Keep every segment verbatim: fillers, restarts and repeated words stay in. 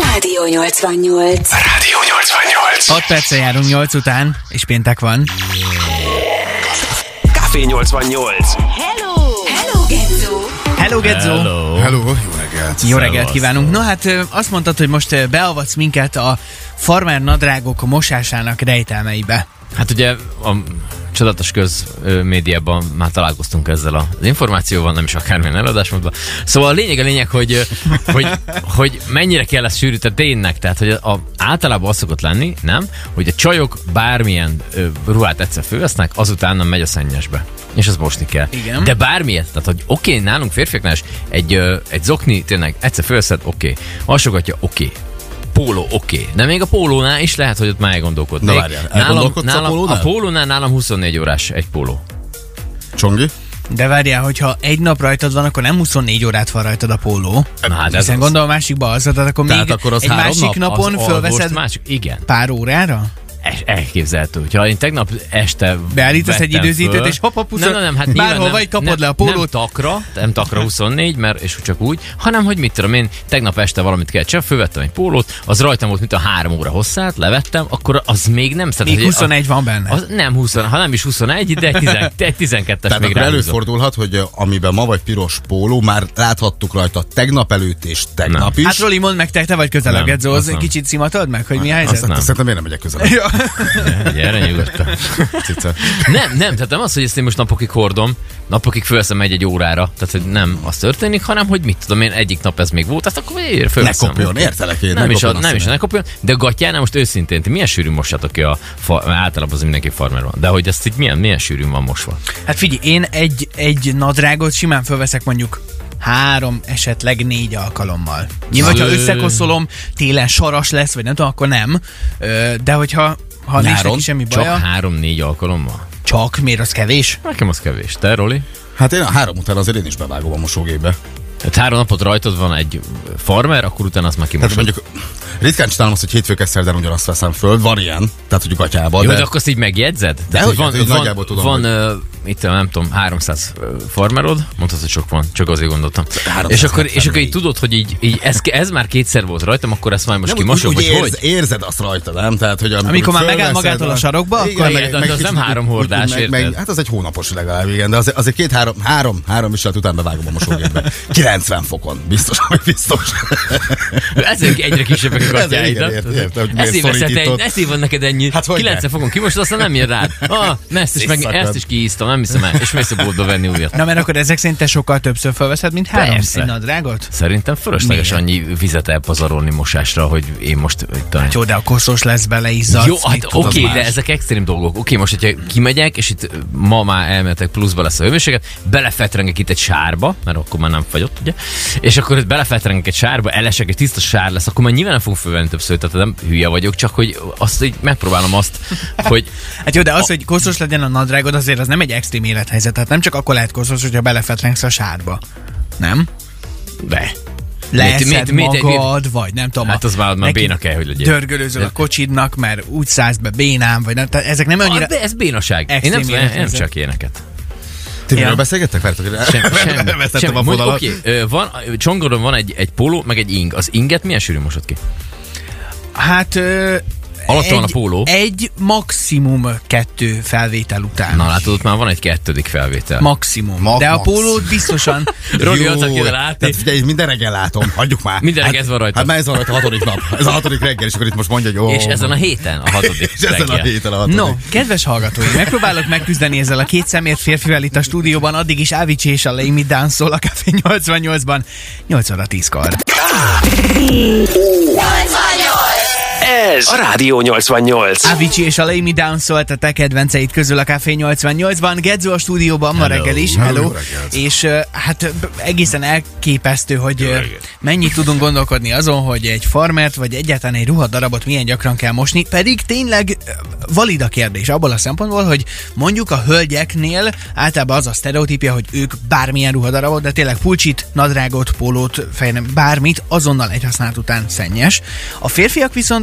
Rádió nyolcvannyolc. Rádió nyolcvannyolc. hat perccel járunk nyolc után, és péntek van. Café nyolcvannyolc. Hello! Hello, Gezzó! Hello, Gezzó! Hello. Hello, jó reggelt! Jó reggelt kívánunk! No hát azt mondtad, hogy most beavatsz minket a farmer nadrágok mosásának rejtelmeibe. Hát ugye a csodatos közmédiában már találkoztunk ezzel az információval, nem is akármilyen előadásmódban. Szóval a lényeg a lényeg, hogy, hogy, hogy mennyire kell ezt sűríteni tényleg. Tehát, hogy a, a, általában az szokott lenni, nem? Hogy a csajok bármilyen ö, ruhát egyszer fölvesznek, azután nem megy a szennyesbe. És azt mosni kell. Igen. De bármilyet, tehát hogy oké, okay, nálunk férfiaknál is egy, ö, egy zokni tényleg egyszer fölveszed, oké. Okay. Alsogatja, oké. Okay. Póló, oké. Okay. De még a pólónál is lehet, hogy ott már elgondolkodnék. Na várjál, elgondolkodsz nálam, a pólónál? A pólónál nálam huszonnégy órás egy póló. Csongi? De várjál, hogyha egy nap rajtad van, akkor nem huszonnégy órát van rajtad a póló. Na, hát ez Hiszen az. gondolom a másikba az, tehát akkor Tehát még akkor az egy három másik nap? napon Az fölveszed alvóst másik, igen. pár órára? Es, elképzelhető. Ha én tegnap este Beállítasz egy vettem időzítőt, föl, és hopp, hopp, nem, nem, nem, hát bárhol vagy, kapod nem, le a pólót. Nem takra, nem takra huszonnégy, mert és csak úgy, hanem hogy mit tudom én, tegnap este valamit kellett sem, fölvettem egy pólót, az rajtam volt, mint a három óra hosszát, levettem, akkor az még nem szeret. Még huszonegy van benne. Az nem húsz, ha nem is huszonegy, de egy tizenkettes Tehát még akkor ráhúzom. előfordulhat, hogy amiben ma vagy piros póló, már láthattuk rajta tegnap előtt és tegnap is. Hát Roli, mondd meg, te, te vagy közel a Nem, Gedzóhoz, azt nem. kicsit szimatod meg, hogy mi a Azt, helyzet? azt szerintem én nem megyek közel. Ja. Gyere nyugodtan. Cica. Nem, nem, tehát nem az, hogy ezt én most napokig hordom, napokig fölveszem egy-egy órára, tehát hogy nem az történik, hanem hogy mit tudom én, egyik nap ez még volt, azt akkor ér, Ne fölveszem. kopjon, értelek én. Nem, ne is, a, kopjon nem is, színe. ne kopjon, de gatyánál most őszintén, ti milyen sűrűn mossátok ki a fa, általában az mindenki farmer van, de hogy ezt így milyen, milyen sűrűn van mosva? Hát figyelj, én egy, egy nadrágot simán fölveszek mondjuk három, esetleg négy alkalommal. Nyilván, hogyha Ö- összekoszolom, télen saras lesz, vagy nem tudom, akkor nem. Ö, De hogyha ha nincs Nyáron neki semmi Csak baja, három-négy alkalommal? csak, miért az kevés? Nekem az kevés. Te, Roli? Hát én a három után azért én is bevágom a mosógépbe. Hát három napot rajtad van egy farmer, akkor utána azt már Tehát kimosod. mondjuk ritkán csinálom azt, hogy hétfőkkel szerdán ugyanazt veszem föl. Van ilyen, tehát hogy gatyába. Jó, de... de akkor azt így megjegyzed? De Tehát, hogy van, hát, így van, nagyjából tudom, van hogy- uh, itt nem tudom, háromszáz farmerod, mondhatod, hogy sok van, csak azért gondoltam. És akkor, és akkor így tudod, hogy így, így ez, ez már kétszer volt rajtam, akkor ezt majd most Nem, kimosok, úgy, vagy úgy hogy? érz, érzed azt rajta, nem? Tehát, hogy amikor, Amikor már fölveszed, megáll magától a sarokba, igen, akkor- meg- Igen, meg de az kicsit nem úgy- három úgy- hordás, meg, meg, érted? hát az egy hónapos legalább, igen, de az, azért két, három, három, három viselet után bevágom a mosógépbe. kilencven fokon, biztos, hogy biztos. Ezek egyre kisebbek a Ezek, gatyáid. igen, érted, érted, hogy miért Ezért veszed szorítított. egy, ezért van neked ennyi. Hát hogy kilencven fokon kimosod, aztán nem jön rád. Ah, ezt is, meg, Szétszakad. ezt is kiíztam, nem hiszem el. És mész a boltba venni újat. Na, mert akkor ezek szerint te sokkal többször fölveszed, mint három Persze. egy nadrágot? Szerintem fölösleges Miért? annyi vizet elpazarolni mosásra, hogy én most... Talán... Jó, de a koszos lesz bele, izzadsz. Jó, mit hát tudom, oké, más. de ezek extrém dolgok. Oké, most, hogyha kimegyek, és itt ma már elmetek, pluszba lesz a hőmérséklet, belefetrengek itt egy sárba, mert akkor már nem fagyott, ugye? És akkor itt belefetrengek egy sárba, elesek, egy tiszta sár lesz, akkor már nyilván nem fogunk fölvenni többször, tehát nem hülye vagyok, csak hogy azt így megpróbálom azt, hogy Hát jó, de az, hogy koszos legyen a nadrágod, azért az nem egy extrém élethelyzet. Tehát nem csak akkor lehet koszos, hogyha belefetrengsz a sárba. Nem? be. Leszed Mit- mit- mit- magad, vagy nem tudom. Hát az már, már neki béna kell, hogy legyen. Dörgölőzöl a kocsidnak, mert úgy szállsz be bénám, vagy nem. Tehát ezek nem annyira... Ah, ez bénaság. Én extrém nem, tudom, én nem élethelyzet. csak ilyeneket. Ti miről Ja. beszélgettek? Várjátok, hogy Sem, sem, elvesztettem sem. a Mondj, vonalat. Oké, ö, van, Csongoron van egy, egy póló, meg egy ing. Az inget milyen sűrűn mosod ki? Hát... Ö, Alatta van a póló. Egy maximum kettő felvétel után. Na látod, ott már van egy kettődik felvétel. Maximum. Ma- De a max. pólót biztosan... Roli, Jó, ott aki ide látni. tehát figyelj, minden reggel látom, hagyjuk már. Minden reggel hát, ez van rajta. Hát már ez van rajta a hatodik nap. Ez a hatodik reggel, és akkor itt most mondja, hogy jó. És ezen a héten a hatodik És ezen a reggel. héten a hatodik. No, kedves hallgatói, megpróbálok megküzdeni ezzel a két szemért férfivel itt a stúdióban, addig is Avicii és a Lay Me Down szól a Café nyolcvannyolcban, nyolc óra tízkor. Ez a Rádió nyolcvannyolc. Avicii és a Lay Me Down szólt a te kedvenceid közül a Café nyolcvannyolcban. Gedzó a stúdióban ma reggel is. Hello, Hello. jó reggelt. És uh, hát b- egészen elképesztő, hogy uh, mennyit tudunk gondolkodni azon, hogy egy farmert vagy egyáltalán egy ruhadarabot milyen gyakran kell mosni. Pedig tényleg uh, valid a kérdés abból a szempontból, hogy mondjuk a hölgyeknél általában az a sztereotípia, hogy ők bármilyen ruhadarabot, de tényleg pulcsit, nadrágot, pólót, fejnem, bármit azonnal egy használat után szennyes. A férfiak viszont azt mondják,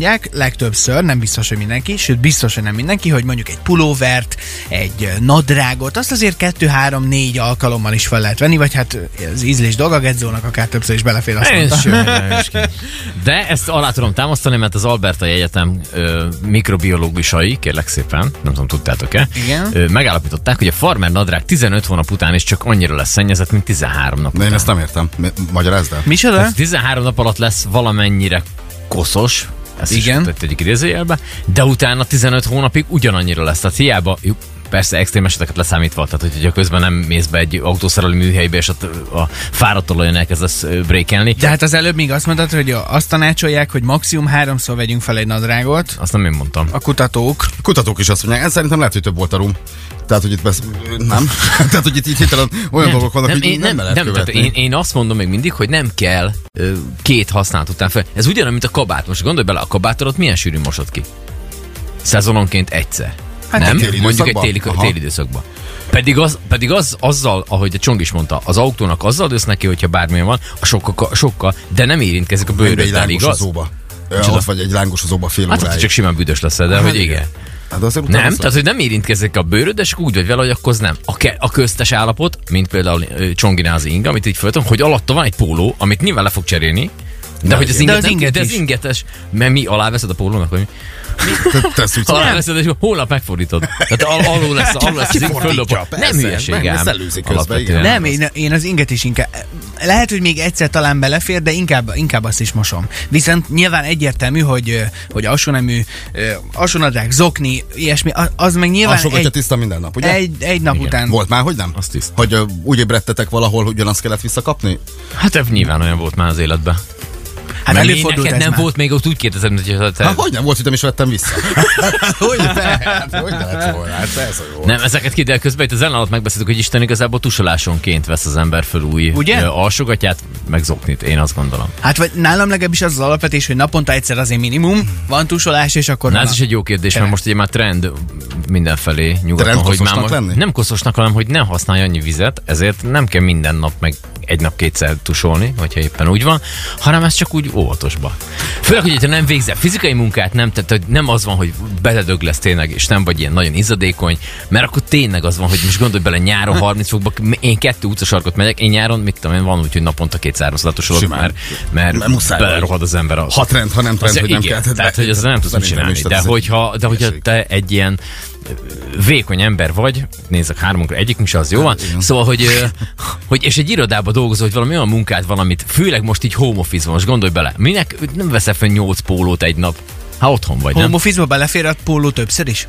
mondják, legtöbbször, nem biztos, hogy mindenki, sőt biztos, hogy nem mindenki, hogy mondjuk egy pulóvert, egy nadrágot, azt azért kettő, három, négy alkalommal is fel lehet venni, vagy hát az ízlés dolga, Gedzónak akár többször is belefér, azt mondta. De ezt alá tudom támasztani, mert az Albertai Egyetem ö, mikrobiológusai, kérlek szépen, nem tudom, tudtátok-e, Igen. Ö, megállapították, hogy a farmer nadrág tizenöt hónap után is csak annyira lesz szennyezett, mint tizenhárom nap De én után. ezt nem értem. Magyarázd el. Micsoda? Tehát tizenhárom nap alatt lesz valamennyire koszos, ezt Igen. is tett egyik idézőjelbe, de utána tizenöt hónapig ugyanannyira lesz. Tehát hiába, jó, persze extrém eseteket leszámítva, tehát hogyha közben nem mész be egy autószerelő műhelybe, és a, a fáradt olajon elkezdesz brékelni. De hát az előbb még azt mondtad, hogy azt tanácsolják, hogy maximum háromszor vegyünk fel egy nadrágot. Azt nem én mondtam. A kutatók. Kutatók is azt mondják, ez szerintem lehet, hogy több volt a rum. Tehát, hogy itt besz... nem? Tehát, hogy itt, itt hirtelen olyan dolgok vannak, hogy én, nem, nem lehet nem, tehát követni. én, én azt mondom még mindig, hogy nem kell ö, két használat után fel. Ez ugyanolyan, mint a kabát. Most gondolj bele, a kabátodot milyen sűrűn mosod ki? Szezononként egyszer. Hát nem? egy téli Mondjuk egy időszakban? téli, Aha. téli időszakban. Pedig, az, pedig az, azzal, ahogy a Csong is mondta, az autónak azzal dősz neki, hogyha bármilyen van, a sokkal, sokkal, de nem érintkezik a Menj be egy bőröddel, igaz? lángosozóba. Ott vagy egy lángosozóba fél Hát, hogy óráig. csak simán büdös leszel, de hogy igen. Hát azért utána Nem, azt tehát hogy nem érintkezik a bőröd, de csak úgy vagy vele, hogy akkor az nem. A, ke- a köztes állapot, mint például ö, Csonginál az inga, amit így föltöm, hogy alatta van egy póló, amit nyilván le fog cserélni, de, hogy az De inget, az nem, inget de az is. ingetes, mert mi aláveszed a pólónak, vagy mi? Te- Tesz úgy. Aláveszed, és holnap megfordítod. Tehát al- alul lesz, alul lesz az ing Kifordítja, földobva. Nem persze, hülyeség meg ám. szellőzik közben, Alapvetően. igen. Nem, én, én az inget is inkább... Lehet, hogy még egyszer talán belefér, de inkább, inkább azt is mosom. Viszont nyilván egyértelmű, hogy, hogy alsónemű, alsónadrág, zokni, ilyesmi, az meg nyilván Alsógatja egy, tiszta minden nap, ugye? egy, egy nap Igen. után. Volt már, hogy nem? Azt tiszta. Hogy ö, úgy ébredtetek valahol, hogy ugyanazt kellett visszakapni? Hát ez nyilván olyan volt már az életben. Hát Mert előfordult neked ez nem már. volt még, ott úgy kérdezem, hogy te... Hát hogy nem volt, hogy nem is vettem vissza. hogy lehet? Hogy lehet volna? Hát ez a jó. Nem, ezeket ki, de közben itt az ellenállat megbeszéltük, hogy Isten igazából tusolásonként vesz az ember föl új Ugye? ö, alsógatját, meg zoknit, én azt gondolom. Hát vagy nálam legalábbis az az alapvetés, hogy naponta egyszer azért minimum, van tusolás, és akkor Na, van ez a- is egy jó kérdés, mert most ugye már trend mindenfelé nyugaton, Trend hogy már koszosnak most lenni? nem koszosnak, hanem hogy nem használja annyi vizet, ezért nem kell minden nap meg egy nap kétszer tusolni, hogyha éppen úgy van, hanem ez csak úgy óvatosba. Főleg, hogy ha nem végzel fizikai munkát, nem, tehát hogy nem az van, hogy beledög lesz tényleg, és nem vagy ilyen nagyon izzadékony, mert akkor tényleg az van, hogy most gondolj bele nyáron harminc fokba, én kettő utcasarkot megyek, én nyáron, mit tudom én, van úgy, hogy naponta kétszázszor tusolok, Simán. mert, mert, Mert muszáj belerohad az ember. A, Ha trend, ha nem trend, az, hogy nem igen, kell. tehát, hogy ezt nem tudsz mit Szerintem csinálni. is, De tehát ez hogyha, egy de hogyha hülyeség. te egy ilyen vékony ember vagy, nézzük hármunkra, egyikünk se az jó van, igen. szóval, hogy, ö, hogy és egy irodában dolgozol, hogy valami olyan munkát valamit, főleg most így home office-ban, most gondolj bele, minek nem veszel fel nyolc pólót egy nap? Ha otthon vagy, nem? Home office-ba belefér a póló többször is?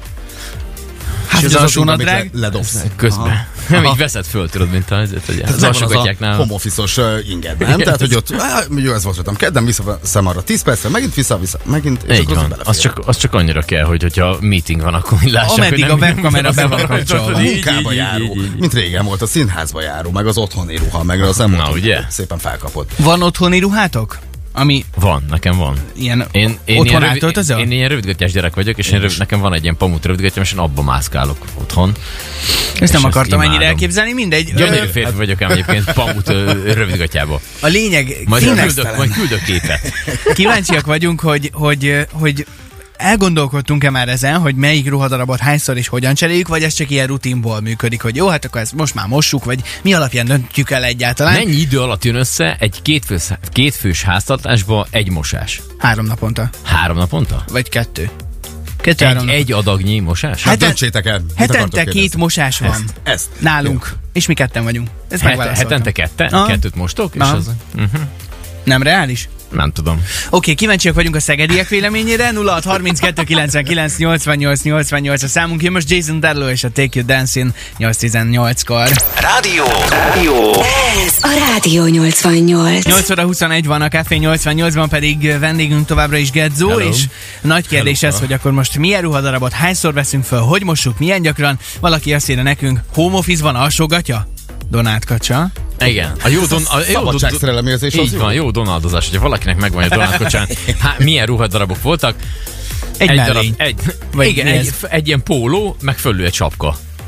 Hát És az az alsónadrág? amit le- Ledobsz. Közben. Nem így veszed föl, tudod, mint az, hogy Ez az van az a alsógatjáknál. home office-os uh, inged, nem? Tehát, hogy ott, á, jó, ez volt, voltam, kedden visszaveszem arra tíz percre, megint vissza-vissza, megint, és Így akkor van. belefér. Az csak, az csak annyira kell, hogy hogyha meeting van, akkor hogy lássák, Ameddig hogy nem a webkamera be van kapcsolva. A Így, így, munkába így, járó, így, így. mint régen volt, a színházba járó, meg az otthoni ruha, meg az nem Na, otthoni ugye? ruha, szépen felkapott. Van otthoni ruhátok? Ami Van, nekem van. ilyen Én, én, otthon ilyen rövid, átöltözöl? én ilyen rövidgatjás gyerek vagyok, és én rövid, nekem van egy ilyen pamut rövidgatjám, és én abba mászkálok otthon. Ezt nem és akartam ezt ennyire imádom. elképzelni, mindegy. Gyönyörű Ö, férfi vagyok ám egyébként pamut ö, rövidgatjába. A lényeg, Majd tényleg küldök, majd küldök képet. kíváncsiak vagyunk, hogy, hogy, hogy elgondolkodtunk-e már ezen, hogy melyik ruhadarabot hányszor és hogyan cseréljük, vagy ez csak ilyen rutinból működik, hogy jó, hát akkor ezt most már mossuk, vagy mi alapján döntjük el egyáltalán? Mennyi idő alatt jön össze egy kétfős, kétfős háztartásba egy mosás? Három naponta, Három naponta? vagy kettő. Kettő-három Egy, egy adagnyi mosás? Hát Heten- döntsétek el. mit Hetente akartok két kérdezni? mosás van. Ezt, ezt. Nálunk. És mi ketten vagyunk. Ezt Het, megválaszoltam. hetente kette? Aha. Kettőt mostok? És Aha. az, uh-huh. Nem reális? Nem tudom. Oké, kíváncsiak vagyunk a szegediek véleményére. nulla hat harminckettő kilencvenkilenc nyolcvannyolc nyolcvannyolc a számunk. Jön most Jason Derulo és a Take You Dancing nyolc tizennyolckor. Rádió. Rádió. Ez a Rádió nyolcvannyolc. nyolc óra huszonegy van, a Café nyolcvannyolcban pedig vendégünk továbbra is Gedzó, Hello. és nagy kérdés ez, hogy akkor most milyen ruhadarabot hányszor veszünk föl, hogy mossuk, milyen gyakran. Valaki azt írja nekünk, home office-ban alsógatja? Donát Kacsa. Igen. A jó, don, a jó Szabadságszerelemérzés az így jó. van, jó donaldozás. Hogyha valakinek megvan egy Donald kocsán, hát milyen ruhadarabok voltak? Egy, egy mellény. egy, Vagy igen, mi egy, ez? egy ilyen póló, meg fölül egy sapka.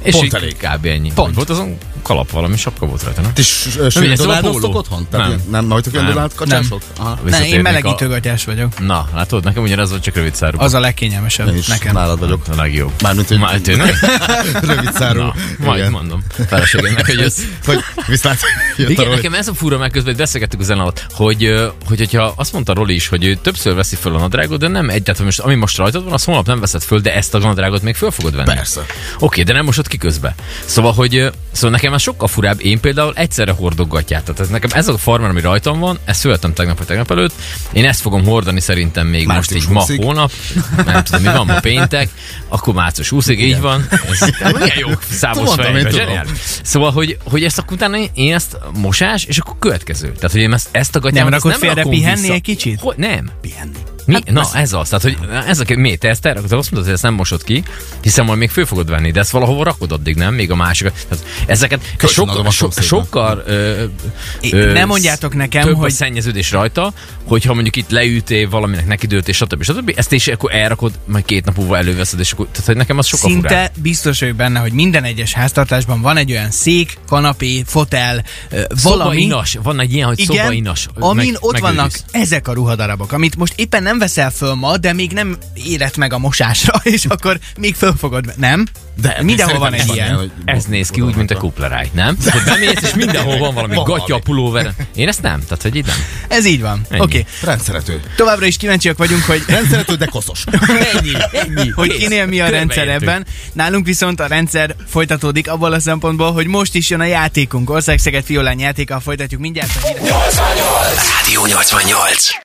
És Pont így elég. kb. Ennyi. Pont. Volt azon kalap, valami sapka volt rajta, nem? Ti Figyelj, sült szóval Donaldoztok póló. otthon? Tehát Nem. ilyen- Nem vagytok ilyen Nem. Donald kacsások? Aha. Nem, én Visszatérnék melegítőgatyás vagyok. A... Na, látod, nekem ugyanez volt, csak rövid szárú. Az a legkényelmesebb Én is nekem. nálad vagyok. a legjobb. Mármint, hogy Már tényleg? rövid szárú. Na, majd Igen. mondom feleségemnek, hogy ez... Hogy viszlát, jött a Igen, Roli. nekem ez a fura, mert közben beszélgettük az alatt, hogy, ö, hogy hogyha azt mondta Roli is, hogy ő többször veszi föl a nadrágot, de nem egyáltalán most, ami most rajtad van, azt holnap nem veszed föl, de ezt a nadrágot még föl fogod venni. Persze. Oké, de nem mosod ki közbe. Szóval, hogy ö, szóval nekem ez sokkal furább. Én például egyszerre hordok gatyát. Tehát ez nekem ez a farmer, ami rajtam van, ezt születtem tegnap vagy tegnap előtt. Én ezt fogom hordani szerintem még Március most így ma húszig. hónap. Nem tudom, mi van ma péntek, akkor március huszadikig, így van. Ez milyen jó számos Mondtam, én fejbe, tudom. zseniális. Szóval, hogy, hogy ezt akkor utána én ezt mosás, és akkor következő. Tehát, hogy én ezt, ezt a gatyámat Nem ezt rakod félre rakom pihenni vissza. egy kicsit? Hogy, nem. Pihenni. Mi? Hát, na, ez az. Tehát, hogy ez a mi, te ezt elrakod, azt mondod, hogy ezt nem mosod ki, hiszen majd még föl fogod venni, de ezt valahova rakod addig, nem? Még a másikat. Tehát ezeket Kölcsönadom sokkal, a so, szomszédnak. sokkal ö, É, ö, ne mondjátok nekem, több hogy- a szennyeződés rajta, hogyha mondjuk itt leütél valaminek nekidőltél, stb. stb. Ezt is akkor elrakod, majd két nap múlva előveszed, és akkor, tehát hogy nekem az sokkal Szinte furább. biztos vagyok benne, hogy minden egyes háztartásban van egy olyan szék, kanapé, fotel, ö, valami. Szobainas. Van egy ilyen, hogy Igen, szobainas. amin meg- ott vannak megőriz. ezek a ruhadarabok, amit most éppen nem veszel föl ma, de még nem érett meg a mosásra, és akkor még föl fogod, ve- nem? De Mindenhol van egy szerintem ilyen. hogy Ez néz ki úgy, mint a kupleráj, nem? Tehát, hogy bemész, és mindenhol van valami Van gatya, valami. pulóver. Én ezt nem, tehát hogy így nem. Ez így van. Ennyi. Oké. Okay. Rendszerető. Továbbra is kíváncsiak vagyunk, hogy Rendszerető, de koszos. Ennyi, ennyi. hogy Kész. kinél mi a rendszer Körbeértünk. ebben. Nálunk viszont a rendszer folytatódik abból a szempontból, hogy most is jön a játékunk. Országszeged Fiolán játékkal folytatjuk mindjárt a híret. Rádió nyolcvannyolc.